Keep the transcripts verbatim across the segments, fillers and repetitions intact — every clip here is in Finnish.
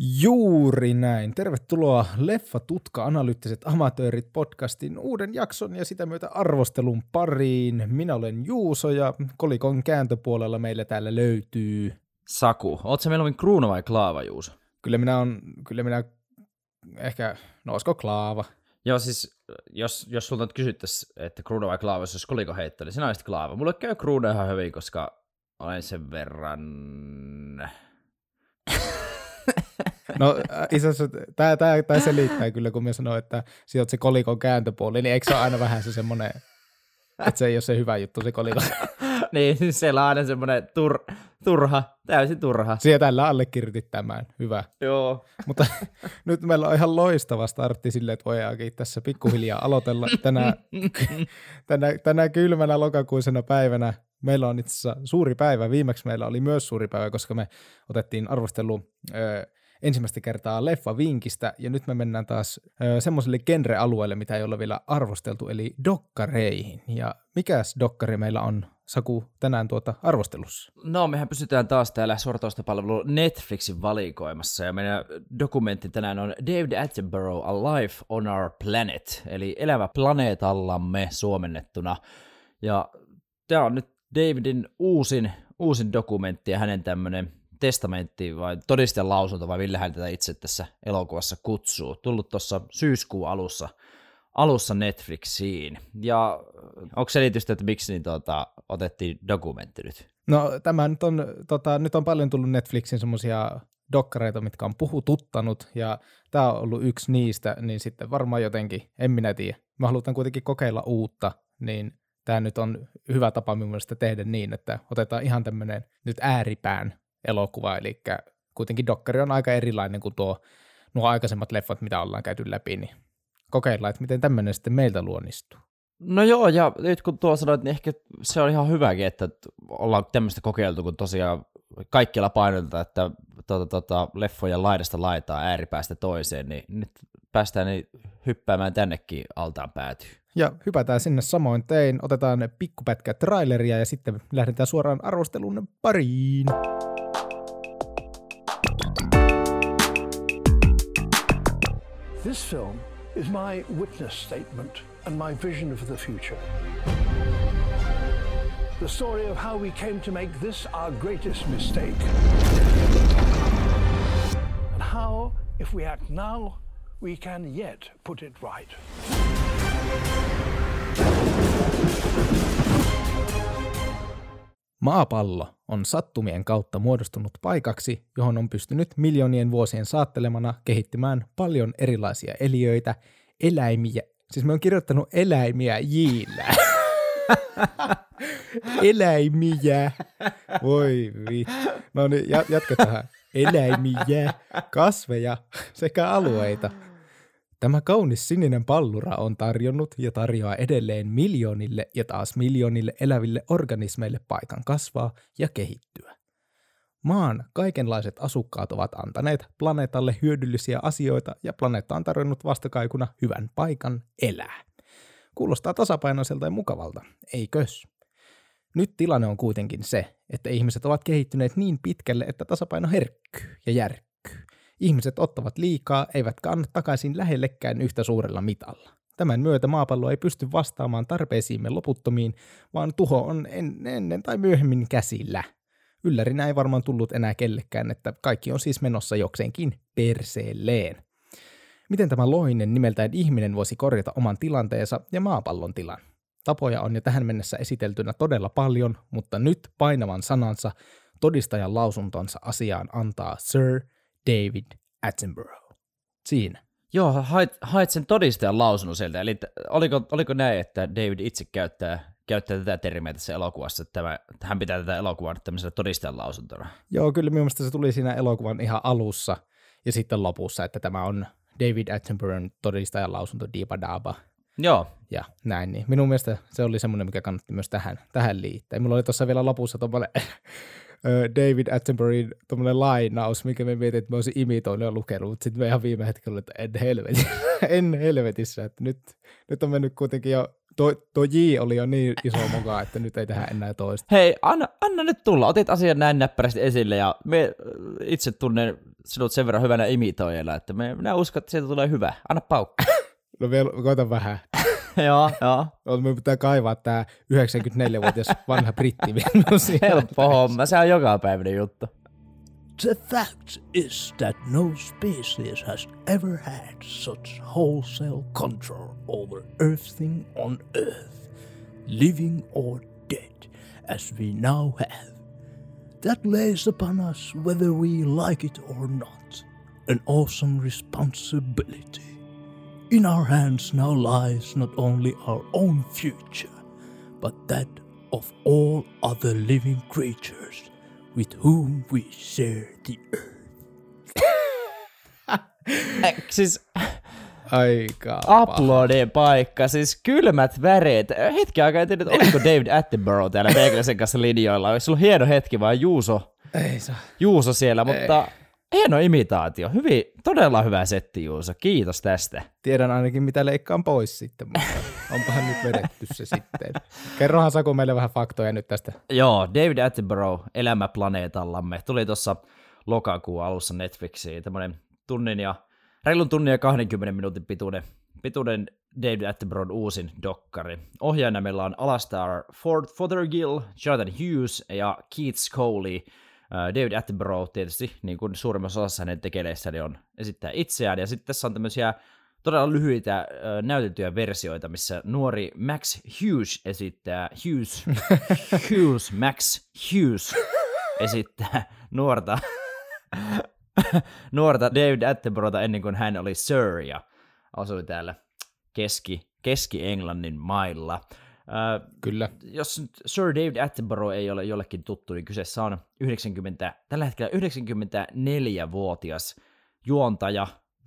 Juuri näin. Tervetuloa Leffa Tutka Analyyttiset Amatöörit podcastin uuden jakson ja sitä myötä arvostelun pariin. Minä olen Juuso ja kolikon kääntöpuolella meillä täällä löytyy Saku. Ootko mieluummin kruuna vai klaava, Juuso? Kyllä minä on, kyllä minä ehkä, no olisiko klaava? Joo, siis jos, jos sulta nyt kysyttäisiin, että kruuna vai klaava, jos olisi koliko heittää, niin sinä olisit klaava. Mulle käy kruuna ihan hyvin, koska olen sen verran... No itse asiassa tämä, tämä, tämä selittää kyllä, kun minä sanoin, että sinä olet se kolikon kääntöpuoli, niin eikö se ole aina vähän se semmoinen, että se ei ole se hyvä juttu se kolikon? Niin, siis siellä on aina semmoinen tur, turha, täysin turha. Sinä tällä allekirjoitit tämän, hyvä. Joo. Mutta nyt meillä on ihan loistava startti silleen, että voidaankin tässä pikkuhiljaa aloitella tänä, tänä, tänä kylmänä lokakuisena päivänä. Meillä on itse asiassa suuri päivä. Viimeksi meillä oli myös suuri päivä, koska me otettiin arvostelu ö, ensimmäistä kertaa leffa-vinkistä, ja nyt me mennään taas ö, semmoiselle genre-alueelle, mitä ei ole vielä arvosteltu, eli dokkareihin. Ja mikäs dokkari meillä on, Saku, tänään tuota arvostelussa? No, mehän pysytään taas täällä suoratoistopalvelu Netflixin valikoimassa, ja meidän dokumentti tänään on David Attenborough, A Life on Our Planet, eli Elävä planeetallamme suomennettuna. Ja tämä on nyt Davidin uusin, uusin dokumentti ja hänen tämmöinen testamentti vai todistajan lausunto, vai millä hän tätä itse tässä elokuvassa kutsuu. Tullut tuossa syyskuun alussa, alussa Netflixiin. Ja onko selitystä, että miksi niin tuota, otettiin dokumentti nyt? No tämä nyt on, tota, nyt on paljon tullut Netflixin semmoisia dokkareita, mitkä on puhututtanut, ja tämä on ollut yksi niistä, niin sitten varmaan jotenkin, en minä tiedä. Mä halutaan kuitenkin kokeilla uutta, niin tämä nyt on hyvä tapa minun mielestä tehdä niin, että otetaan ihan tämmöinen nyt ääripään elokuva, eli kuitenkin dokkari on aika erilainen kuin tuo, nuo aikaisemmat leffat, mitä ollaan käyty läpi, niin kokeillaan, että miten tämmöinen sitten meiltä luonnistuu. No joo, ja nyt kun tuo sanoit, niin ehkä se on ihan hyväkin, että ollaan tämmöistä kokeiltu, kun tosiaan kaikkialla painotetaan, että tuota, tuota, leffoja laidasta laitaan ääripäästä toiseen, niin nyt päästään niin hyppäämään tännekin altaan päätyy. Ja hypätään sinne samoin tein, otetaan pikkupätkä traileria ja sitten lähdetään suoraan arvostelun pariin. This film is my witness statement and my vision of the future. The story of how we came to make this our greatest mistake. And how, if we act now, we can yet put it right. Maapallo on sattumien kautta muodostunut paikaksi, johon on pystynyt miljoonien vuosien saattelemana kehittymään paljon erilaisia eliöitä, eläimiä. Siis me on kirjoittanut eläimiä jillä. Eläimiä. Voi vittu. No niin, jatketaan. Eläimiä, kasveja sekä alueita. Tämä kaunis sininen pallura on tarjonnut ja tarjoaa edelleen miljoonille ja taas miljoonille eläville organismeille paikan kasvaa ja kehittyä. Maan kaikenlaiset asukkaat ovat antaneet planeetalle hyödyllisiä asioita ja planeetta on tarjonnut vastakaikuna hyvän paikan elää. Kuulostaa tasapainoiselta ja mukavalta, eikös? Nyt tilanne on kuitenkin se, että ihmiset ovat kehittyneet niin pitkälle, että tasapaino herkkyy ja järkkyy. Ihmiset ottavat liikaa, eivätkä anna takaisin lähellekään yhtä suurella mitalla. Tämän myötä maapallo ei pysty vastaamaan tarpeisiimme loputtomiin, vaan tuho on en, ennen tai myöhemmin käsillä. Yllärinä ei varmaan tullut enää kellekään, että kaikki on siis menossa jokseenkin perseelleen. Miten tämä loinen nimeltään ihminen voisi korjata oman tilanteensa ja maapallon tilan? Tapoja on jo tähän mennessä esiteltynä todella paljon, mutta nyt painavan sanansa, todistajan lausuntonsa asiaan antaa Sir David Attenborough. Siinä. Joo, hait, hait sen todistajan lausunnon sieltä, eli oliko, oliko näin, että David itse käyttää, käyttää tätä termiä tässä elokuvassa, että, tämä, että hän pitää tätä elokuvaa tämmöisellä todistajan lausuntona? Joo, kyllä minun mielestä se tuli siinä elokuvan ihan alussa ja sitten lopussa, että tämä on David Attenboroughn todistajan lausunto Diba-Daba. Joo. Ja näin, niin minun mielestä se oli semmoinen, mikä kannatti myös tähän, tähän liittää. Mulla oli tuossa vielä lopussa tommoinen David Attenboroughn tommoinen lainaus, mikä me mietin, että mä olisin imitoinut ja lukenut, mutta sitten me ihan viime hetkellä, että en helvetissä, en helvetissä, että nyt, nyt on mennyt kuitenkin jo Tuo, tuo J oli jo niin iso mukaan, että nyt ei tehdä enää toista. Hei, anna, anna nyt tulla. Otit asian näin näppärästi esille ja me itse tunnen sinut sen verran hyvänä imitoijana, että me, minä uskon, että sieltä tulee hyvä. Anna paukka. No vielä koitan vähän. Joo, joo. Me pitää kaivaa tää yhdeksänkymmentäneljävuotias vanha britti vielä siihen. Helppo homma, se on joka päiväinen juttu. The fact is that no species has ever had such wholesale control over everything on Earth, living or dead, as we now have. That lays upon us whether we like it or not, an awesome responsibility. In our hands now lies not only our own future, but that of all other living creatures with whom we share the earth. Äh, siis Aika uploadien paikka, siis kylmät väreet. Hetki aikaa en tiedä, että oliko David Attenborough täällä Meikäläisen kanssa linjoilla. Olisi ollut hieno hetki, vaan Juuso, Ei saa. Juuso siellä, mutta hieno imitaatio. Hyvin, todella hyvä setti, Juuso. Kiitos tästä. Tiedän ainakin, mitä leikkaan pois sitten, mutta onpahan nyt vedetty se sitten. Kerrohan Saku meille vähän faktoja nyt tästä. Joo, David Attenborough, Elämä planeetallamme. Tuli tuossa lokakuun alussa Netflixiin. Tämmöinen tunnin ja, reilun tunnin ja kahdenkymmenen minuutin pituinen, pituinen David Attenborough uusin dokkari. Ohjaajana meillä on Alasdair Fothergill, Jonathan Hughes ja Keith Scholey. David Attenborough tietysti, niin kuin suurimmassa osassa hänen tekeleissään, on esittää itseään. Ja sitten tässä on tämmöisiä todella lyhyitä äh, näyteltyjä versioita, missä nuori Max Hughes esittää, Hughes, Hughes, Max Hughes esittää nuorta, nuorta David Attenboroughta ennen kuin hän oli Sir ja asui täällä Keski, Keski-Englannin mailla. Äh, Kyllä. Jos nyt Sir David Attenborough ei ole jollekin tuttu, niin kyseessä on yhdeksänkymmentä, tällä hetkellä yhdeksänkymmentäneljävuotias juontaja,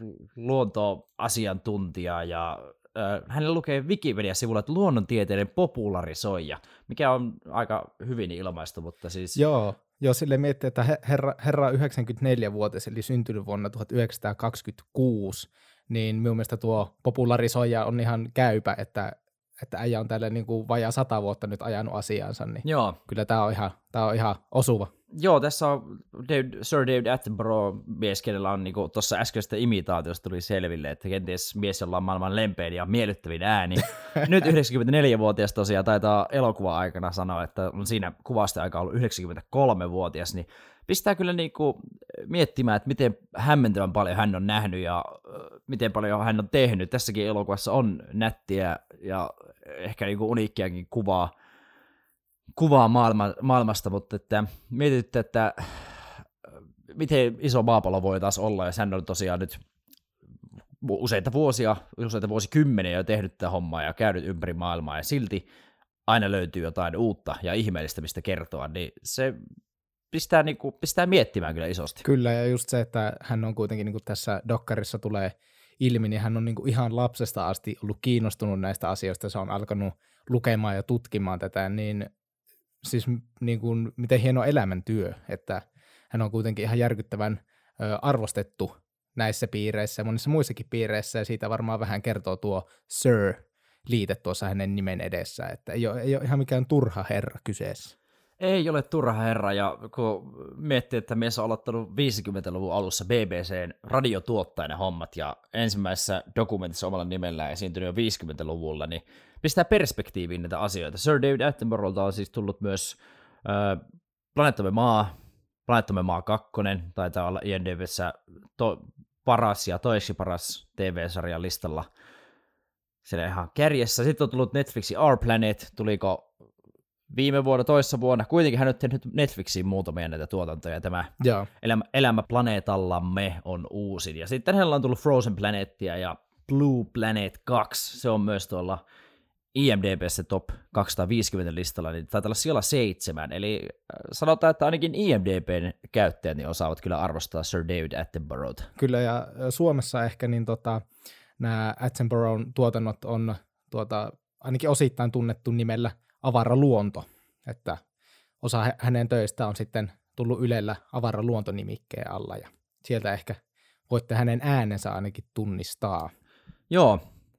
luontoasiantuntija ja äh, hänellä lukee Wikipedia-sivulla, että luonnontieteiden popularisoija, mikä on aika hyvin ilmaistu, mutta siis... Joo, joo silleen miettii, että herra, herra yhdeksänkymmentäneljävuotias, eli syntynyt vuonna tuhatyhdeksänsataakaksikymmentäkuusi, niin minun mielestä tuo popularisoija on ihan käypä, että että äijä on täällä niin kuin vajaa sata vuotta nyt ajanut asiansa, niin Joo. Kyllä tämä on ihan, tämä on ihan osuva. Joo, tässä on David, Sir David Attenborough mies, kenellä on niin tuossa äskeisestä imitaatiosta tuli selville, että kenties mies, jolla on maailman lempein ja miellyttävin ääni. Nyt yhdeksänkymmentäneljävuotias tosiaan taitaa elokuva-aikana sanoa, että on siinä kuvasta aika ollut yhdeksänkymmentäkolmevuotias, niin pistää kyllä niin kuin miettimään, että miten hämmentävän paljon hän on nähnyt ja miten paljon hän on tehnyt. Tässäkin elokuvassa on nättiä ja ehkä niin kuin uniikkiakin kuvaa, kuvaa maailma, maailmasta, mutta että mietitte, että miten iso maapallo voi taas olla, ja hän on tosiaan nyt useita vuosia, useita vuosikymmeniä jo tehnyt tätä hommaa ja käynyt ympäri maailmaa, ja silti aina löytyy jotain uutta ja ihmeellistä, mistä kertoa, niin se pistää, niin kuin, pistää miettimään kyllä isosti. Kyllä, ja just se, että hän on kuitenkin niin kuin tässä dokkarissa tulee ilmi, niin hän on niin kuin ihan lapsesta asti ollut kiinnostunut näistä asioista, se on alkanut lukemaan ja tutkimaan tätä, niin siis niin kuin, miten hieno elämäntyö, että hän on kuitenkin ihan järkyttävän ö, arvostettu näissä piireissä ja monissa muissakin piireissä, ja siitä varmaan vähän kertoo tuo Sir-liite tuossa hänen nimen edessä, että ei ole, ei ole ihan mikään turha herra kyseessä. Ei ole turha herra, ja kun miettii, että mies on aloittanut viisikymmentäluvun alussa B B C:n radiotuottajana hommat, ja ensimmäisessä dokumentissa omalla nimellään esiintynyt jo viisikymmentäluvulla, niin pistää perspektiiviin näitä asioita. Sir David Attenboroughilta on siis tullut myös äh, Planeettamme Maa, Planeettamme Maa kakkonen, taitaa olla I M D B:ssä to- paras ja toiseksi paras T V-sarjan listalla siellä ihan kärjessä. Sitten on tullut Netflixin Our Planet, tuliko viime vuonna, toissa vuonna. Kuitenkin hän on tehnyt Netflixiin muutamia näitä tuotantoja. Tämä Joo. Elämä, Elämä planeetallamme on uusin. Ja sitten hänellä on tullut Frozen Planetia ja Blue Planet kaksi. Se on myös tuolla I M D B:ssä top kaksisataaviisikymmentä listalla, niin taitaa olla siellä seitsemän. Eli sanotaan, että ainakin I M D B:n käyttäjät niin osaavat kyllä arvostaa Sir David Attenboroughta. Kyllä, ja Suomessa ehkä niin tota, nämä Attenboroughn tuotannot on tuota, ainakin osittain tunnettu nimellä Avara luonto, että osa hänen töistä on sitten tullut Ylellä Avara luonto-nimikkeen alla, ja sieltä ehkä voitte hänen äänensä ainakin tunnistaa. Joo,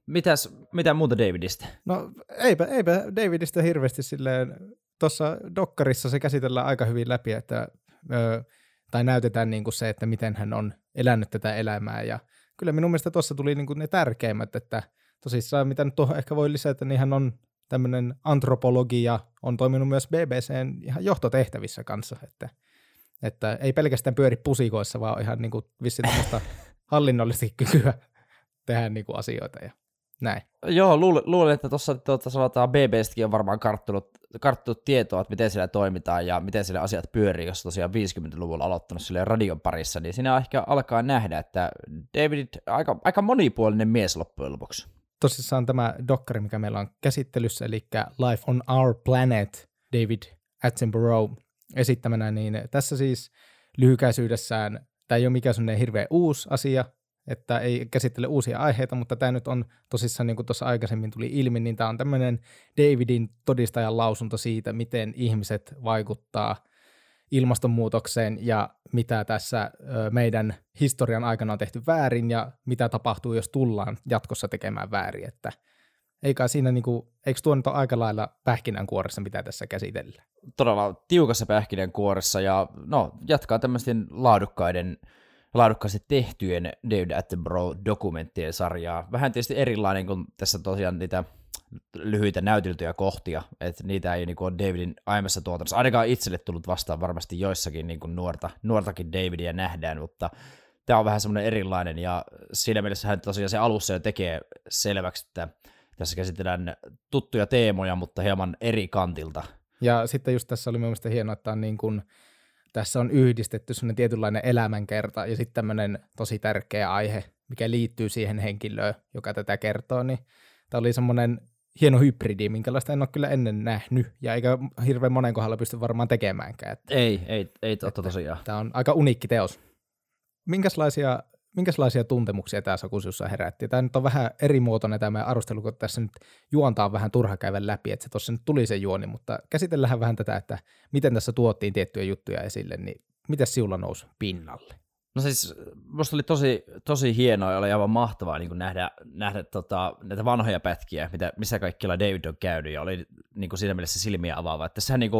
Mitäs, mitä muuta Davidista? No eipä, eipä Davidista hirveästi silleen, tuossa dokkarissa se käsitellään aika hyvin läpi, että, ö, tai näytetään niin kuin se, että miten hän on elänyt tätä elämää, ja kyllä minun mielestä tuossa tuli niin kuin ne tärkeimmät, että tosissaan mitä nyt tuohon ehkä voi lisätä, niin hän on tämmöinen antropologi ja on toiminut myös B B C:n ihan johtotehtävissä kanssa, että, että ei pelkästään pyöri pusikoissa, vaan on ihan niin kuin vissiin tämmöistä hallinnollistakin kykyä tehdä niin kuin asioita ja näin. Joo, luulen, luulen että tuossa tuota, sanotaan B B C:stäkin on varmaan karttunut, karttunut tietoa, että miten siellä toimitaan ja miten siellä asiat pyörii, jos tosiaan viisikymmentäluvulla aloittanut sille radion parissa, niin siinä ehkä alkaa nähdä, että David aika, aika monipuolinen mies loppujen lopuksi. Tosissaan tämä dokkari, mikä meillä on käsittelyssä, eli Life on Our Planet, David Attenborough esittämänä, niin tässä siis lyhykäisyydessään, tämä ei ole mikään sellainen hirveän uusi asia, että ei käsittele uusia aiheita, mutta tämä nyt on tosissaan, niin kuin tuossa aikaisemmin tuli ilmi, niin tämä on tämmöinen Davidin todistajan lausunto siitä, miten ihmiset vaikuttaa ilmastonmuutokseen ja mitä tässä meidän historian aikana on tehty väärin ja mitä tapahtuu, jos tullaan jatkossa tekemään väärin, että eikä siinä niinku, eikö tuo nyt ole aika lailla pähkinänkuoressa, mitä tässä käsitellään? Todella tiukassa pähkinänkuoressa ja no, jatkaa tämmöisten laadukkaiden, laadukkaasti tehtyjen David Attenborough-dokumenttien sarjaa. Vähän tietysti erilainen kuin tässä tosiaan niitä lyhyitä näyteltyjä kohtia, että niitä ei niin kuin ole Davidin aiemmassa tuotannossa, ainakaan itselle tullut vastaan varmasti joissakin niin kuin nuorta, nuortakin Davidia nähdään, mutta tämä on vähän semmoinen erilainen, ja siinä mielessä hän tosiaan se alussa jo tekee selväksi, että tässä käsitellään tuttuja teemoja, mutta hieman eri kantilta. Ja sitten just tässä oli mielestäni hienoa, että on niin kuin, tässä on yhdistetty semmoinen tietynlainen elämänkerta ja sitten tämmöinen tosi tärkeä aihe, mikä liittyy siihen henkilöön, joka tätä kertoo, niin tämä oli semmoinen hieno hybridi, minkälaista en ole kyllä ennen nähnyt, ja eikä hirveän monen kohdalla pysty varmaan tekemäänkään. Että, ei, ei, ei totta tosiaan. Tämä on aika uniikki teos. Minkälaisia, minkälaisia tuntemuksia tämä Saku sinussa herätti? Tämä nyt on vähän eri muotoinen tämä meidän arvostelu, kun tässä nyt juonta on vähän turha käydä läpi, että se tuossa nyt tuli se juoni, mutta käsitellään vähän tätä, että miten tässä tuottiin tiettyjä juttuja esille, niin miten sinulla nousi pinnalle? No siis musta oli tosi, tosi hienoa ja oli aivan mahtavaa niin kuin nähdä, nähdä tota, näitä vanhoja pätkiä, mitä, missä kaikkialla David on käynyt, ja oli niin kuin siinä mielessä silmiä avaava. Että sehän niin kuin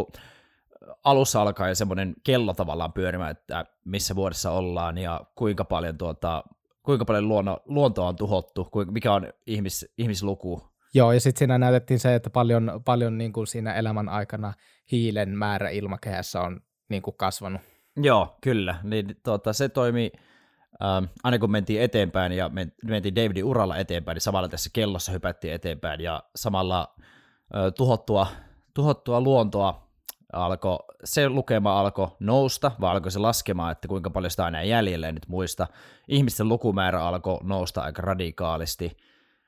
alussa alkaa jo semmoinen kello tavallaan pyörimään, että missä vuodessa ollaan ja kuinka paljon, tuota, kuinka paljon luonno, luontoa on tuhottu, mikä on ihmis, ihmisluku. Joo, ja sitten siinä näytettiin se, että paljon, paljon niin kuin siinä elämän aikana hiilen määrä ilmakehässä on niin kuin kasvanut. Joo, kyllä. Niin, tuota, se toimi, ähm, aina kun mentiin eteenpäin ja mentiin Davidin uralla eteenpäin, niin samalla tässä kellossa hypättiin eteenpäin ja samalla äh, tuhottua, tuhottua luontoa alkoi, se lukema alkoi nousta, vai alkoi se laskemaan, että kuinka paljon sitä on enää jäljellä, en nyt muista. Ihmisten lukumäärä alkoi nousta aika radikaalisti.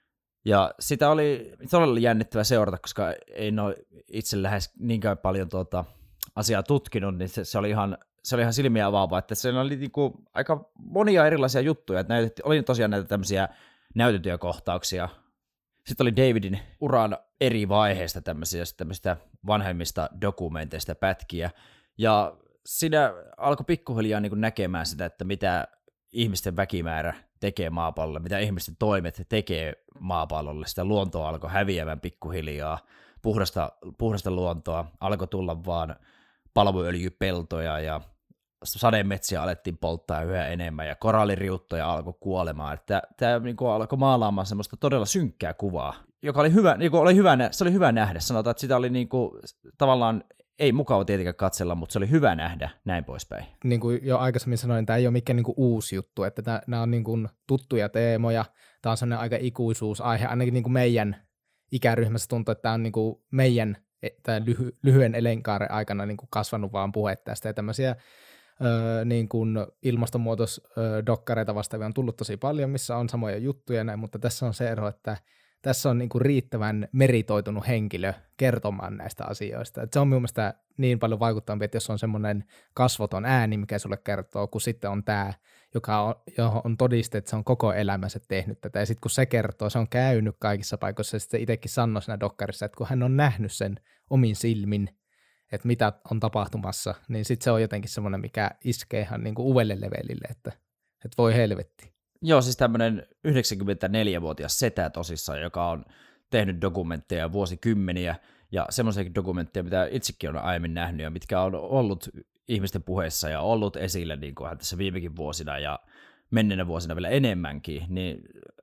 Ja sitä oli todella jännittävä seurata, koska ei ole itse lähes niinkään paljon tuota asiaa tutkinut, niin se, se oli ihan Se oli ihan silmiä avaavaa, että siellä oli niinku aika monia erilaisia juttuja, että näytettiin, oli tosiaan näitä tämmöisiä näytettyjä kohtauksia. Sitten oli Davidin uran eri vaiheista tämmöisiä, tämmöistä vanhemmista dokumenteista pätkiä, ja siinä alkoi pikkuhiljaa niinku näkemään sitä, että mitä ihmisten väkimäärä tekee maapallolle, mitä ihmisten toimet tekee maapallolle, sitä luontoa alkoi häviämään pikkuhiljaa, puhdasta, puhdasta luontoa, alkoi tulla vaan palmuöljypeltoja ja sademetsiä alettiin polttaa yhä enemmän ja koralliriuttoja alkoi kuolemaan. Että tämä niin kuin alkoi maalaamaan semmoista todella synkkää kuvaa, joka oli hyvä, niin kuin oli hyvä, se oli hyvä nähdä. Sanotaan, että sitä oli niin kuin, tavallaan, ei mukava tietenkään katsella, mutta se oli hyvä nähdä, näin poispäin. Niin kuin jo aikaisemmin sanoin, tämä ei ole mikään niin kuin uusi juttu, että tämä, nämä on niin kuin tuttuja teemoja, tämä on sellainen aika ikuisuusaihe, ainakin niin kuin meidän ikäryhmässä tuntuu, että tämä on niin kuin meidän tämän lyhy- lyhyen elinkaaren aikana niin kuin kasvanut vaan puhe tästä, ja tämmöisiä öö, niin kuin ilmastonmuutosdokkareita vastaavia on tullut tosi paljon, missä on samoja juttuja näin, mutta tässä on se ero, että tässä on niin kuin riittävän meritoitunut henkilö kertomaan näistä asioista. Et se on minun mielestä niin paljon vaikuttavampi, että jos on semmoinen kasvoton ääni, mikä sulle kertoo, kun sitten on tämä, joka on, johon on todiste, että se on koko elämänsä tehnyt tätä. Ja sitten kun se kertoo, se on käynyt kaikissa paikoissa, ja sitten itsekin sanoi siinä dokkarissa, että kun hän on nähnyt sen omin silmin, että mitä on tapahtumassa, niin sitten se on jotenkin semmoinen, mikä iskee ihan niin kuin uudelle levelille, että, että voi helvetti. Joo, siis tämmöinen yhdeksänkymmentäneljävuotias setä tosissaan, joka on tehnyt dokumentteja vuosikymmeniä, ja semmoisiakin dokumentteja, mitä itsekin olen aiemmin nähnyt, ja mitkä on ollut ihmisten puheissa ja ollut esillä niin kuin tässä viimekin vuosina, ja menneenä vuosina vielä enemmänkin, niin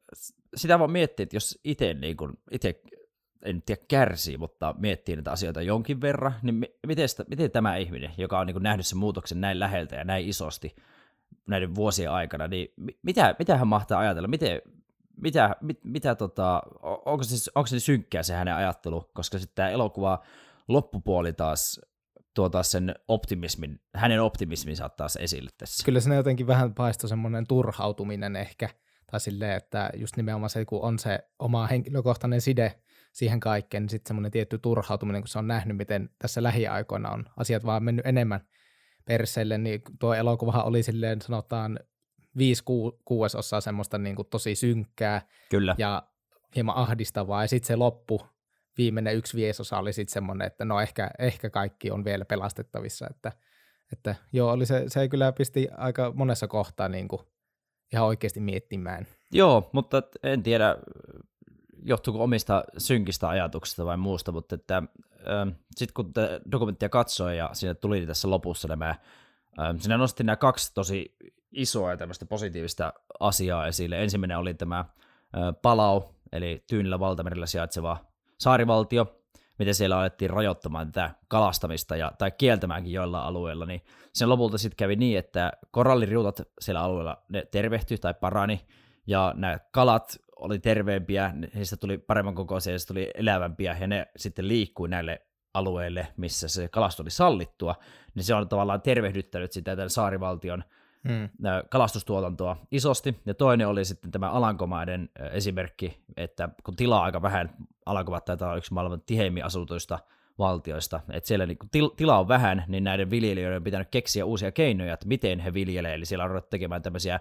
sitä vaan miettii, että jos itse, niin kuin, itse en tiedä kärsii, mutta miettii näitä asioita jonkin verran, niin miten, sitä, miten tämä ihminen, joka on niin kuin nähnyt sen muutoksen näin läheltä ja näin isosti näiden vuosien aikana, niin mitä, mitä hän mahtaa ajatella, miten, mitä, mit, mitä tota, onko se, onko se synkkää se hänen ajattelu, koska sitten tämä elokuva loppupuoli taas tuo taas sen optimismin, hänen optimismin saattaa se esille tässä. Kyllä siinä jotenkin vähän paistoi semmoinen turhautuminen ehkä, tai silleen, että just nimenomaan se, kun on se oma henkilökohtainen side siihen kaikkeen, niin sitten semmoinen tietty turhautuminen, kun se on nähnyt, miten tässä lähiaikoina on asiat vaan mennyt enemmän perseille, niin tuo elokuvahan oli silleen sanotaan viisi ku, kuudesosaa semmoista niin kuin tosi synkkää Kyllä. ja hieman ahdistavaa, ja sitten se loppu, viimeinen yksi viidesosa oli sitten semmoinen, että no ehkä, ehkä kaikki on vielä pelastettavissa, että, että joo, oli se, se kyllä pisti aika monessa kohtaa niin kuin ihan oikeasti miettimään. Joo, mutta en tiedä, johtuuko omista synkistä ajatuksista vai muusta, mutta että äh, sitten kun dokumenttia katsoi ja siinä tuli tässä lopussa nämä, äh, siinä nosti nämä kaksi tosi isoa ja tämmöistä positiivista asiaa esille. Ensimmäinen oli tämä äh, Palau, eli Tyynellä valtamerellä sijaitseva saarivaltio, miten siellä alettiin rajoittamaan tätä kalastamista ja, tai kieltämäänkin joillain alueilla, niin sen lopulta sitten kävi niin, että koralliriutat siellä alueella ne tervehtyi tai parani, ja nämä kalat oli terveempiä, niistä tuli paremman kokoisia, ja tuli elävämpiä, ja ne sitten liikkui näille alueille, missä se kalastus oli sallittua, niin se on tavallaan tervehdyttänyt sitä tämän saarivaltion hmm. kalastustuotantoa isosti, ja toinen oli sitten tämä Alankomaiden esimerkki, että kun tilaa aika vähän, Alankomaat taitaa olla yksi maailman tiheimmin asutuista valtioista, että siellä niin kun til- tilaa on vähän, niin näiden viljelijöiden on pitänyt keksiä uusia keinoja, että miten he viljelee, eli siellä on ruvettu tekemään tämmöisiä,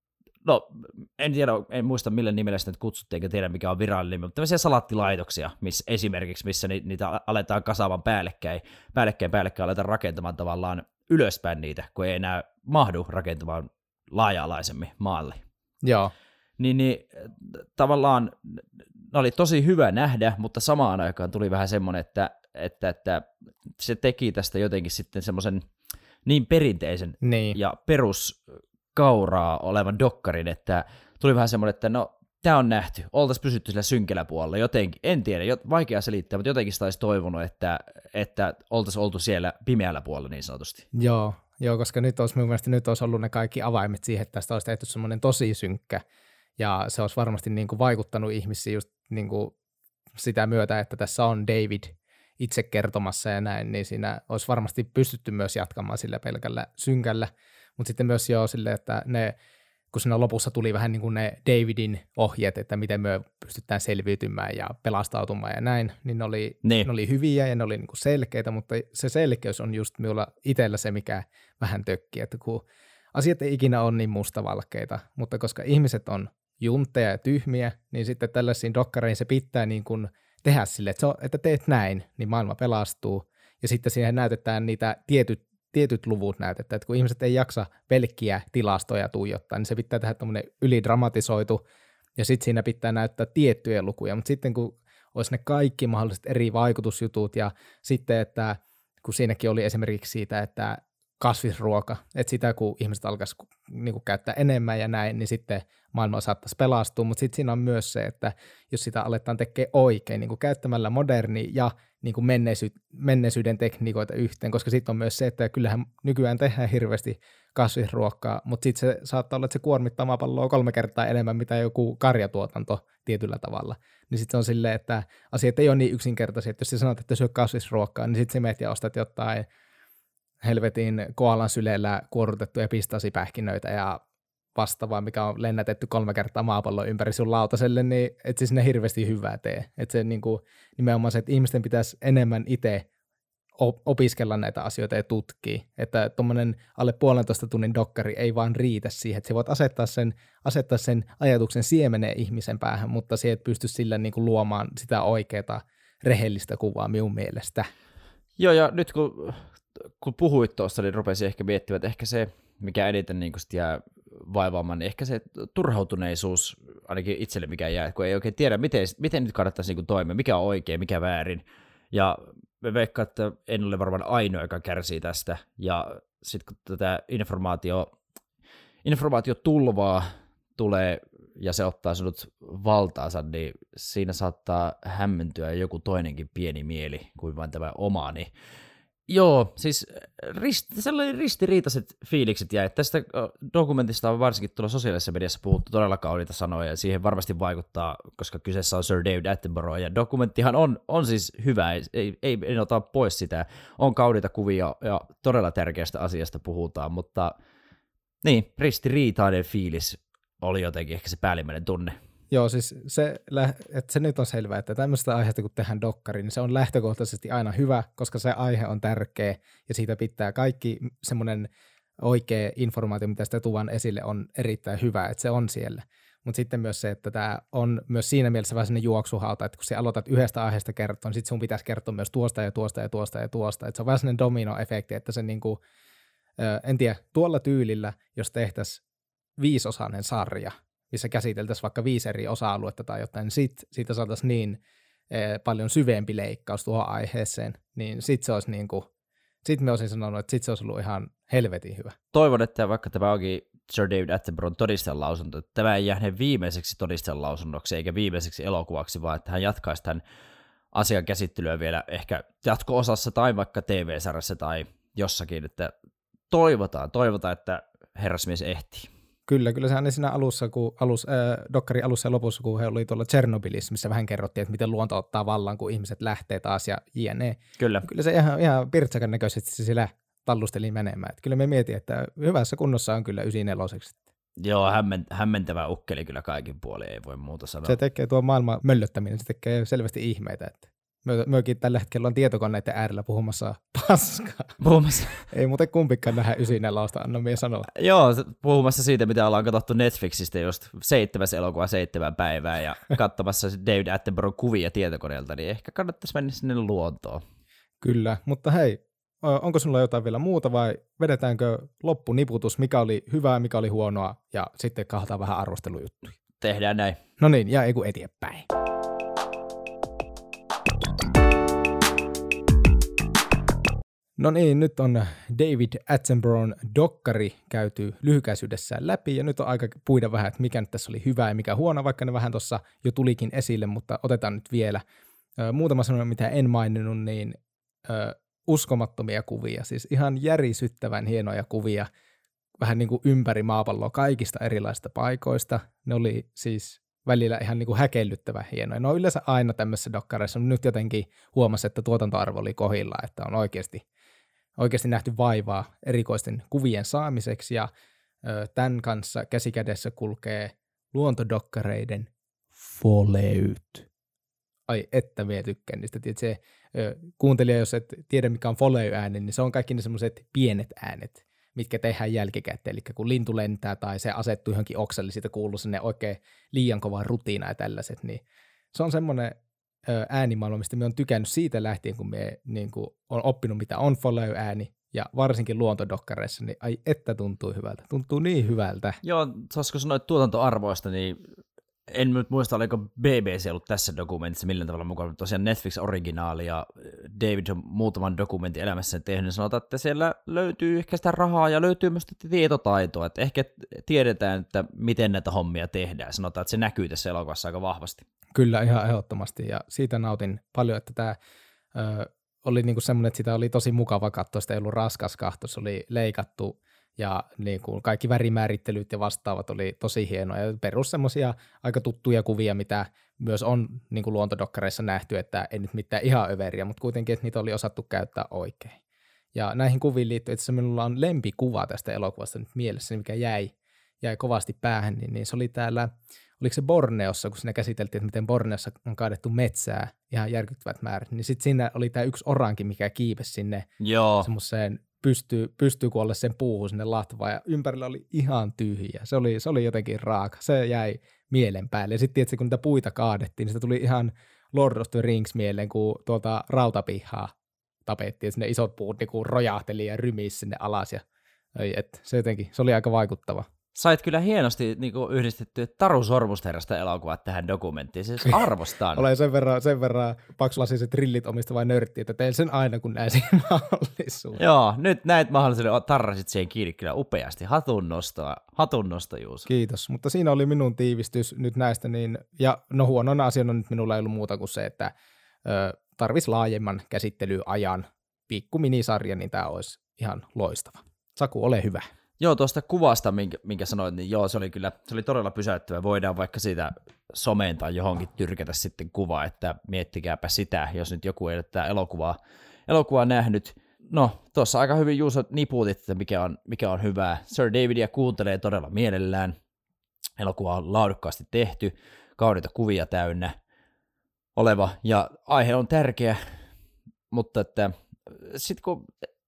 no en tiedä, en muista millä nimellä sitä nyt kutsuttiin, eikä tiedä mikä on virallinen nimi, mutta tämmöisiä salattilaitoksia, missä esimerkiksi, missä ni- niitä aletaan kasaamaan päällekkäin, päällekkäin päällekkäin aletaan rakentamaan tavallaan ylöspäin niitä, kun ei enää mahdu rakentamaan laaja-alaisemmin maalle. Joo. Niin, niin tavallaan ne oli tosi hyvä nähdä, mutta samaan aikaan tuli vähän semmoinen, että, että, että se teki tästä jotenkin sitten semmoisen niin perinteisen niin. ja peruskauraa olevan dokkarin, että tuli vähän semmoinen, että no tämä on nähty, oltaisiin pysytty sillä synkällä puolella jotenkin, en tiedä, vaikea selittää, mutta jotenkin sitä olisi toivonut, että, että oltaisiin oltu siellä pimeällä puolella niin sanotusti. Joo, joo, koska nyt olisi, mun mielestä nyt olisi ollut ne kaikki avaimet siihen, että tästä olisi tehty semmoinen tosi synkkä, ja se olisi varmasti niin kuin vaikuttanut ihmisiin just niin kuin sitä myötä, että tässä on David itse kertomassa ja näin, niin siinä olisi varmasti pystytty myös jatkamaan sillä pelkällä synkällä, mutta sitten myös joo silleen, että ne, kun siinä lopussa tuli vähän niin kuin ne Davidin ohjeet, että miten me pystytään selviytymään ja pelastautumaan ja näin, niin ne oli, niin. ne oli hyviä ja ne oli niin kuin selkeitä, mutta se selkeys on just minulla itsellä se, mikä vähän tökkii, että kun asiat ei ikinä ole niin mustavalkeita, mutta koska ihmiset on juntteja ja tyhmiä, niin sitten tällaisiin dokkareihin se pitää niin kuin tehdä sille, että, se on, että teet näin, niin maailma pelastuu, ja sitten siihen näytetään niitä tietyt, tietyt luvut näytetään, että kun ihmiset ei jaksa pelkkiä tilastoja tuijottaa, niin se pitää tehdä tämmöinen ylidramatisoitu, ja sitten siinä pitää näyttää tiettyjä lukuja, mutta sitten kun olisi ne kaikki mahdolliset eri vaikutusjutut, ja sitten, että kun siinäkin oli esimerkiksi siitä, että kasvisruoka, että sitä kun ihmiset alkaisi niin kuin käyttää enemmän ja näin, niin sitten maailma saattaisi pelastua, mutta sitten siinä on myös se, että jos sitä aletaan tekemään oikein, niin kuin käyttämällä moderni ja niin kuin menneisy- menneisyyden tekniikoita yhteen, koska sitten on myös se, että kyllähän nykyään tehdään hirveästi kasvisruokaa, mutta sitten se saattaa olla, että se kuormittaa maapalloa kolme kertaa enemmän, mitä joku karjatuotanto tietyllä tavalla. Niin sitten se on silleen, että asiat ei ole niin yksinkertaisia, että jos sä sanot, että syö kasvisruokaa, niin sitten sä menet ja ostat jotain helvetin koalan syleellä kuorutettuja pistasipähkinöitä ja vastaavaa, mikä on lennätetty kolme kertaa maapallon ympäri sun lautaselle, niin et se sinne hirveästi hyvää tee. Että se niinku, nimenomaan se, että ihmisten pitäisi enemmän itse opiskella näitä asioita ja tutkia. Että tuommoinen alle puolentoista tunnin dokkari ei vaan riitä siihen, että sä voit asettaa sen, asettaa sen ajatuksen siemeneen ihmisen päähän, mutta se et pysty sillä niinku luomaan sitä oikeaa rehellistä kuvaa minun mielestä. Joo, ja nyt kun kun puhuit tuossa, niin rupesin ehkä miettimään, että ehkä se, mikä eniten niin jää vaivaamaan, niin ehkä se turhautuneisuus ainakin itselle mikä jää, kun ei oikein tiedä, miten, miten nyt kannattaisi niin toimia, mikä on oikein, mikä väärin. Ja me veikkaan, että en ole varmaan ainoa, joka kärsii tästä. Ja sitten kun tätä informaatio, informaatiotulvaa tulee ja se ottaa sinut valtaansa, niin siinä saattaa hämmentyä joku toinenkin pieni mieli kuin vain tämä oma. Niin joo, siis risti, sellainen ristiriitaiset fiilikset jäi. Tästä dokumentista on varsinkin tuolla sosiaalisessa mediassa puhuttu todella kauniita sanoja, ja siihen varmasti vaikuttaa, koska kyseessä on Sir David Attenborough, ja dokumenttihan on, on siis hyvä, ei, ei, ei ota pois sitä, on kauniita kuvia, ja todella tärkeästä asiasta puhutaan, mutta niin, ristiriitainen fiilis oli jotenkin ehkä se päällimmäinen tunne. Joo, siis se, että se nyt on selvää, että tämmöistä aiheesta kun tehdään dokkari, niin se on lähtökohtaisesti aina hyvä, koska se aihe on tärkeä ja siitä pitää kaikki semmoinen oikea informaatio, mitä sitä tuvan esille on erittäin hyvä, että se on siellä. Mutta sitten myös se, että tämä on myös siinä mielessä vähän sellainen juoksuhauta, että kun sä aloitat yhdestä aiheesta kertoa, niin sitten sun pitäisi kertoa myös tuosta ja tuosta ja tuosta ja tuosta. Että se on vähän sellainen dominoefekti, että se niinku, en tiedä, tuolla tyylillä, jos tehtäisiin viisosainen sarja, missä käsiteltäisiin vaikka viisi eri osa-aluetta tai jotain, niin sit, siitä saataisiin niin eh, paljon syvempi leikkaus tuohon aiheeseen, niin sitten se olisi niin kuin, sitten me olisin sanonut, että sitten se olisi ollut ihan helvetin hyvä. Toivon, että vaikka tämä onkin Sir David Attenboroughn todistajan lausunto, että tämä ei jää viimeiseksi todistajan lausunnoksi eikä viimeiseksi elokuvaksi, vaan että hän jatkaisi tämän asian käsittelyä vielä ehkä jatko-osassa tai vaikka T V-sarjassa tai jossakin, että toivotaan, toivotaan, että herrasmies ehtii. Kyllä, kyllä sehän siinä alussa, kun alus, äh, dokkarin alussa ja lopussa, kun he oli tuolla Tchernobylissa, missä vähän kerrottiin, että miten luonto ottaa vallan, kun ihmiset lähtee taas ja jne. Kyllä. Kyllä se ihan, ihan pirtsakan näköisesti se siellä tallusteli menemään. Että kyllä me mietin, että hyvässä kunnossa on kyllä yhdeksänkymmentäneljä. Joo, hämmen, hämmentävä ukkeli kyllä kaikin puolin, ei voi muuta sanoa. Se tekee tuo maailman möllöttäminen, se tekee selvästi ihmeitä, että myökin tällä hetkellä on tietokoneiden äärellä puhumassa paskaa. Puhumassa. Ei muuten kumpikaan nähdä yhdeksänkymmentäneljä, anna minä sanoa. Joo, puhumassa siitä, mitä ollaan katsottu Netflixistä just seitsemäs elokuva seitsemän päivää ja katsomassa David Attenborough kuvia tietokoneelta, niin ehkä kannattaisi mennä sinne luontoon. Kyllä, mutta hei, onko sinulla jotain vielä muuta vai vedetäänkö loppuniputus, mikä oli hyvää, mikä oli huonoa ja sitten kahtaa vähän arvostelujuttuja? Tehdään näin. No niin, ja ei kun eteenpäin. No niin, nyt on David Attenboroughn dokkari käyty lyhykäisyydessään läpi, ja nyt on aika puida vähän, että mikä nyt tässä oli hyvä ja mikä huono, vaikka ne vähän tuossa jo tulikin esille, mutta otetaan nyt vielä. Muutama sanoa, mitä en maininnut, niin ö, uskomattomia kuvia, siis ihan järisyttävän hienoja kuvia, vähän niin kuin ympäri maapalloa kaikista erilaisista paikoista. Ne oli siis välillä ihan niin kuin häkellyttävän hienoja. Ne on yleensä aina tämmöisissä dokkareissa, mutta nyt jotenkin huomasi, että tuotantoarvo oli kohdillaan, että on oikeasti oikeasti nähty vaivaa erikoisten kuvien saamiseksi, ja ö, tämän kanssa käsikädessä kulkee luontodokkareiden foleyt. Ai, että minä tykkään niistä. Tiedät, se, ö, kuuntelija, jos et tiedä mikä on foley-ääni, niin se on kaikki ne semmoiset pienet äänet, mitkä tehdään jälkikäteen. Eli kun lintu lentää tai se asettuu johonkin oksalle, siitä kuuluu sinne oikein liian kova rutiina ja tällaiset, niin se on semmoinen äänimaailma, mistä me on tykännyt siitä lähtien, kun me niin kuin, on oppinut, mitä on follow-ääni, ja varsinkin luontodokkareissa, niin ai että tuntuu hyvältä. Tuntuu niin hyvältä. Joo, saisiko sanoa tuotantoarvoista, niin en nyt muista, oliko B B C ollut tässä dokumentissa millään tavalla mukana, tosiaan Netflix-originaali, ja David on muutaman dokumentin elämässä tehnyt, niin sanotaan, että siellä löytyy ehkä sitä rahaa, ja löytyy myös tietotaitoa, että ehkä tiedetään, että miten näitä hommia tehdään. Sanotaan, että se näkyy tässä elokuvassa aika vahvasti. Kyllä, ihan ehdottomasti, ja siitä nautin paljon, että tämä ö, oli niinku semmoinen, että sitä oli tosi mukava katsoa, sitä ei ollut raskas katsoa, se oli leikattu, ja niinku kaikki värimäärittelyt ja vastaavat oli tosi hienoja, ja perus semmoisia aika tuttuja kuvia, mitä myös on niinku luontodokkareissa nähty, että ei nyt mitään ihan överiä, mutta kuitenkin, että niitä oli osattu käyttää oikein. Ja näihin kuviin liittyen, että minulla on lempikuva tästä elokuvasta nyt mielessä, mikä jäi, jäi kovasti päähän, niin, niin se oli täällä, oliko se Borneossa, kun siinä käsiteltiin, että miten Borneossa on kaadettu metsää ihan järkyttävät määrät, niin sitten siinä oli tämä yksi oranki, mikä kiipesi sinne semmoiseen pystyy, pystyy kun olla sen puuhun sinne latvaan, ja ympärillä oli ihan tyhjä. Se oli, se oli jotenkin raaka. Se jäi mielen päälle. Ja sitten tietysti, kun niitä puita kaadettiin, niin se tuli ihan Lord of the Rings mieleen, kun tuolta rautapihaa tapettiin, ja sinne isot puut niin rojahteli ja rymisi sinne alas. Ja, et, se jotenkin, se oli aika vaikuttava. Sait kyllä hienosti niin kuin yhdistettyä Taru Sormusterrasta elokuvat tähän dokumenttiin, siis arvostan. Olen sen verran, sen verran paksulasiset rillit omistava nörtti, että teen sen aina, kun näin siihen mahdollisuuden. Joo, nyt näet mahdollisuuden, tarrasit siihen kiinni kyllä upeasti. Hatunnostoa, hatunnosto Juuso. Kiitos, mutta siinä oli minun tiivistys nyt näistä, niin, ja no huonona asiana nyt minulla ei ollut muuta kuin se, että ö, tarvisi laajemman käsittelyajan pikku minisarja, niin tämä olisi ihan loistava. Saku, ole hyvä. Joo, tuosta kuvasta, minkä, minkä sanoit, niin joo, se oli kyllä, se oli todella pysäyttävä. Voidaan vaikka siitä someen tai johonkin tyrkätä sitten kuva, että miettikääpä sitä, jos nyt joku ei ole tätä elokuvaa, elokuvaa nähnyt. No, tuossa aika hyvin Juuso nipuutit, että mikä on, mikä on hyvää. Sir Davidia kuuntelee todella mielellään. Elokuva on laadukkaasti tehty, kauniita kuvia täynnä oleva, ja aihe on tärkeä, mutta että sitten kun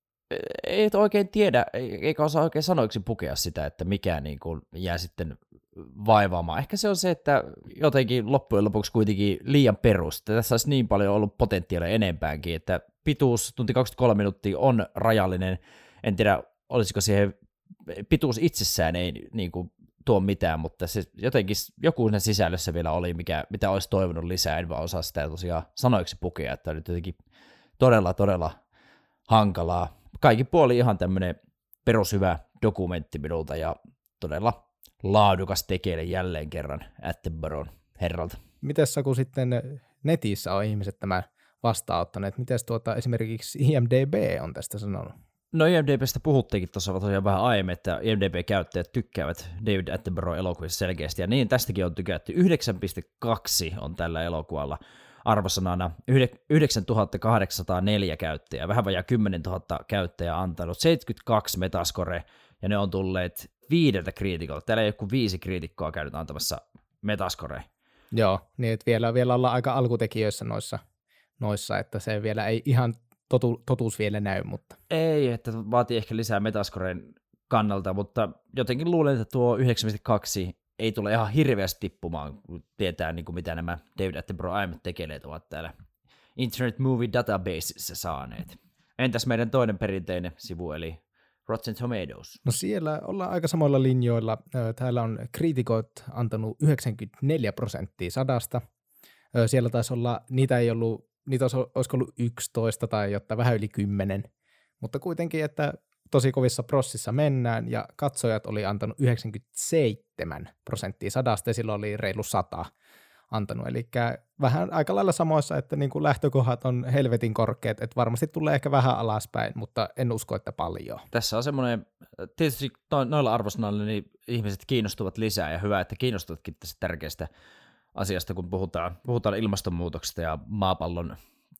ei oikein tiedä, eikä osaa oikein sanoiksi pukea sitä, että mikä niin kuin jää sitten vaivaamaan. Ehkä se on se, että jotenkin loppujen lopuksi kuitenkin liian perus. Tässä olisi niin paljon ollut potentiaalia enempäänkin, että pituus, tunti kaksikymmentäkolme minuuttia on rajallinen. En tiedä, olisiko siihen, pituus itsessään ei niin kuin tuo mitään, mutta se jotenkin joku siinä sisällössä vielä oli, mikä, mitä olisi toivonut lisää. En vaan osaa sitä tosiaan sanoiksi pukea, että on nyt jotenkin todella, todella hankalaa. Kaikki puoli ihan tämmöinen perushyvä dokumentti minulta ja todella laadukas tekeille jälleen kerran Attenboroughn herralta. Mites Saku sitten netissä on ihmiset tämä vastaanottaneet? Mites tuota esimerkiksi I M D B on tästä sanonut? No I M D B:stä puhuttiinkin tuossa tosiaan vähän aiemmin, että I M D B-käyttäjät tykkäävät David Attenborough elokuvissa selkeästi, ja niin tästäkin on tykätty. yhdeksän pilkku kaksi on tällä elokuvalla arvosanana, yhdeksäntuhatta kahdeksansataaneljä käyttäjää, vähän vajaa kymmenentuhatta käyttäjää antanut, seitsemänkymmentäkaksi metascore, ja ne on tulleet viideltä kriitikolta. Täällä ei ole kuin viisi kriitikkoa käynyt antamassa metascore. Joo, niin että vielä, vielä ollaan aika alkutekijöissä noissa, noissa, että se vielä ei ihan totu, totuus vielä näy, mutta. Ei, että vaatii ehkä lisää metascoreen kannalta, mutta jotenkin luulen, että tuo yhdeksän pilkku kaksi ei tule ihan hirveästi tippumaan, kun tietää, niin kuin mitä nämä David Attenborough aiemmat tekeleet ovat täällä Internet Movie Databaseissa saaneet. Entäs meidän toinen perinteinen sivu, eli Rotten Tomatoes? No siellä ollaan aika samoilla linjoilla. Täällä on kriitikot antanut yhdeksänkymmentäneljä prosenttia sadasta. Siellä taisi olla, niitä ei ollut, niitä olisi, olisiko ollut yksitoista tai jotta vähän yli kymmenen, mutta kuitenkin, että tosi kovissa prossissa mennään, ja katsojat oli antanut yhdeksänkymmentäseitsemän prosenttia sadasta, ja silloin oli reilu sata antanut, eli vähän aika lailla samoissa, että niin kuin lähtökohdat on helvetin korkeat, että varmasti tulee ehkä vähän alaspäin, mutta en usko, että paljon. Tässä on semmoinen, tietysti noilla arvosanoilla niin ihmiset kiinnostuvat lisää, ja hyvä, että kiinnostuvatkin tästä tärkeästä asiasta, kun puhutaan, puhutaan ilmastonmuutoksesta ja maapallon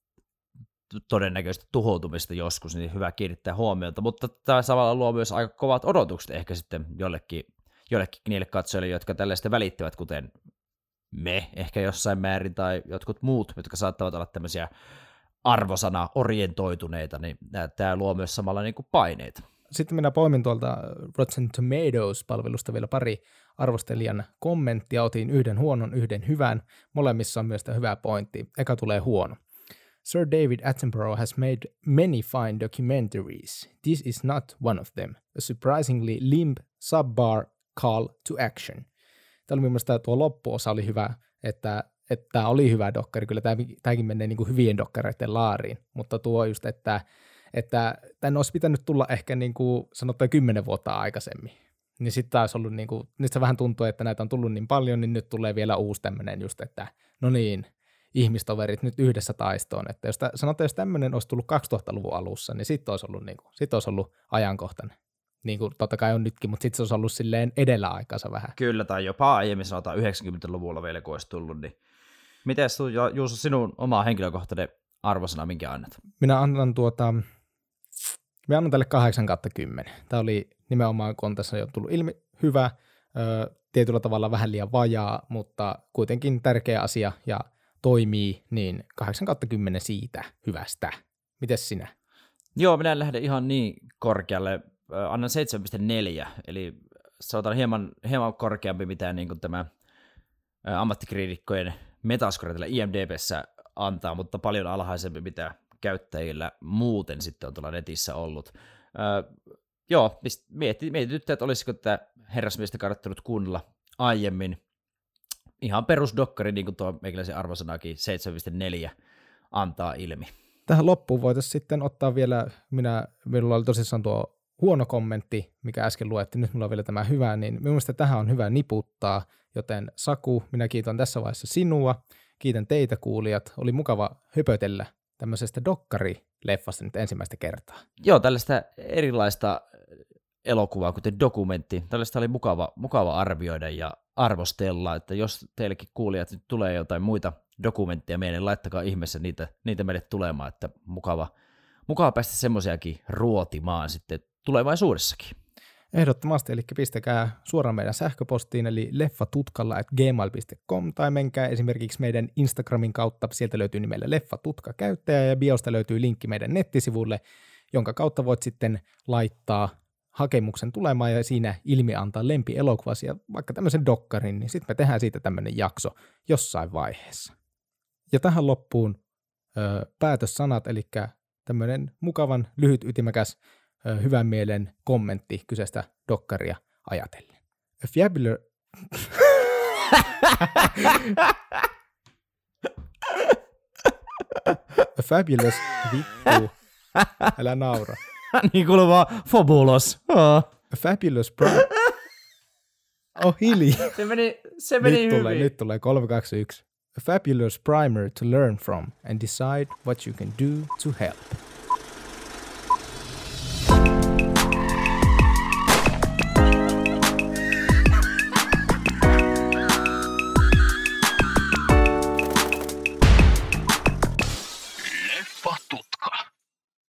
todennäköistä tuhoutumista joskus, niin hyvä kiinnittää huomiota, mutta tämä samalla luo myös aika kovat odotukset ehkä sitten jollekin, jollekin niille katsojille, jotka tällaista välittävät, kuten me ehkä jossain määrin tai jotkut muut, jotka saattavat olla tämmöisiä arvosana-orientoituneita, niin tämä luo myös samalla niin kuin paineita. Sitten minä poimin tuolta Rotten Tomatoes-palvelusta vielä pari arvostelijan kommenttia, otin yhden huonon, yhden hyvän, molemmissa on myös tämä hyvä pointti, eka tulee huono. Sir David Attenborough has made many fine documentaries. This is not one of them. A surprisingly limp, subpar call to action. Tämä oli mielestäni tuo loppuosa oli hyvä, että että tämä oli hyvä dokkari. Kyllä tämä, tämäkin menee niin kuin hyvien dokkareiden laariin, mutta tuo just, että, että tämän olisi pitänyt tulla ehkä niin kuin sanotaan kymmenen vuotta aikaisemmin. Niin sitten taas ollut, niin kuin, nyt se vähän tuntuu, että näitä on tullut niin paljon, niin nyt tulee vielä uusi tämmöinen just, että no niin, ihmistoverit nyt yhdessä taistoon, että jos tä, sanotaan, jos tämmöinen olisi tullut kaksituhattaluvun alussa, niin sitten olisi ollut, niin kuin, sit olisi ollut ajankohtainen. Niin kuin totta kai on nytkin, mutta sitten se olisi ollut silleen edellä aikansa vähän. Kyllä, tai jopa aiemmin sanotaan yhdeksänkymmentäluvulla vielä, kun olisi tullut. Niin. Miten Juuso, sinun oma henkilökohtainen arvosana, minkä annat? Minä annan tuota, minä annan tälle kahdeksan kautta kymmenen. Tämä oli nimenomaan, kun tässä on jo tullut ilmi, hyvä, ö, tietyllä tavalla vähän liian vajaa, mutta kuitenkin tärkeä asia ja toimii, niin kahdeksan kautta kymmenen siitä hyvästä. Mites sinä? Joo, minä lähden ihan niin korkealle. Annan seitsemän pilkku neljä, eli sanotaan hieman, hieman korkeampi, mitä niin kuin tämä ammattikriitikkojen metascore tällä I M D B:ssä antaa, mutta paljon alhaisempi, mitä käyttäjillä muuten sitten on tuolla netissä ollut. Öö, joo, mietityttää, että olisiko tätä herrasmiestä kannattanut kuunnella aiemmin. Ihan perusdokkari, niin kuin tuo meikäläisen arvosanakin seitsemän pilkku neljä antaa ilmi. Tähän loppuun voitaisiin sitten ottaa vielä, minä, minulla oli tosissaan tuo huono kommentti, mikä äsken luettiin, nyt mulla on vielä tämä hyvä, niin minun mielestä tähän on hyvä niputtaa, joten Saku, minä kiitän tässä vaiheessa sinua, kiitän teitä kuulijat, oli mukava höpötellä tämmöisestä dokkarileffasta nyt ensimmäistä kertaa. Joo, tällaista erilaista elokuvaa, kuten dokumentti, tällaista oli mukava, mukava arvioida ja arvostella, että jos teillekin kuulijat nyt tulee jotain muita dokumentteja meille, niin laittakaa ihmeessä niitä, niitä meille tulemaan, että mukava, mukava päästä semmoisiakin ruotimaan sitten tulevaisuudessakin. Ehdottomasti, eli pistäkää suoraan meidän sähköpostiin, eli leffatutkalla at gmail piste com, tai menkää esimerkiksi meidän Instagramin kautta, sieltä löytyy nimellä Leffatutka käyttäjä, ja biosta löytyy linkki meidän nettisivulle, jonka kautta voit sitten laittaa hakemuksen tulemaan ja siinä ilmi antaa lempielokuvasi ja vaikka tämmöisen dokkarin, niin sitten me tehdään siitä tämmöinen jakso jossain vaiheessa. Ja tähän loppuun ö, päätössanat, eli tämmöinen mukavan, lyhyt, ytimäkäs, ö, hyvän mielen kommentti kyseistä dokkaria ajatellen. A fabulous... A fabulous... Vittu. Älä naura. Niin kuuluu vaan fabulous. Oh. A fabulous prime. Oh, hiljaa. Se meni, se meni nyt hyvin. Tulee, nyt tulee kolme, kaksi, yksi. A fabulous primer to learn from and decide what you can do to help.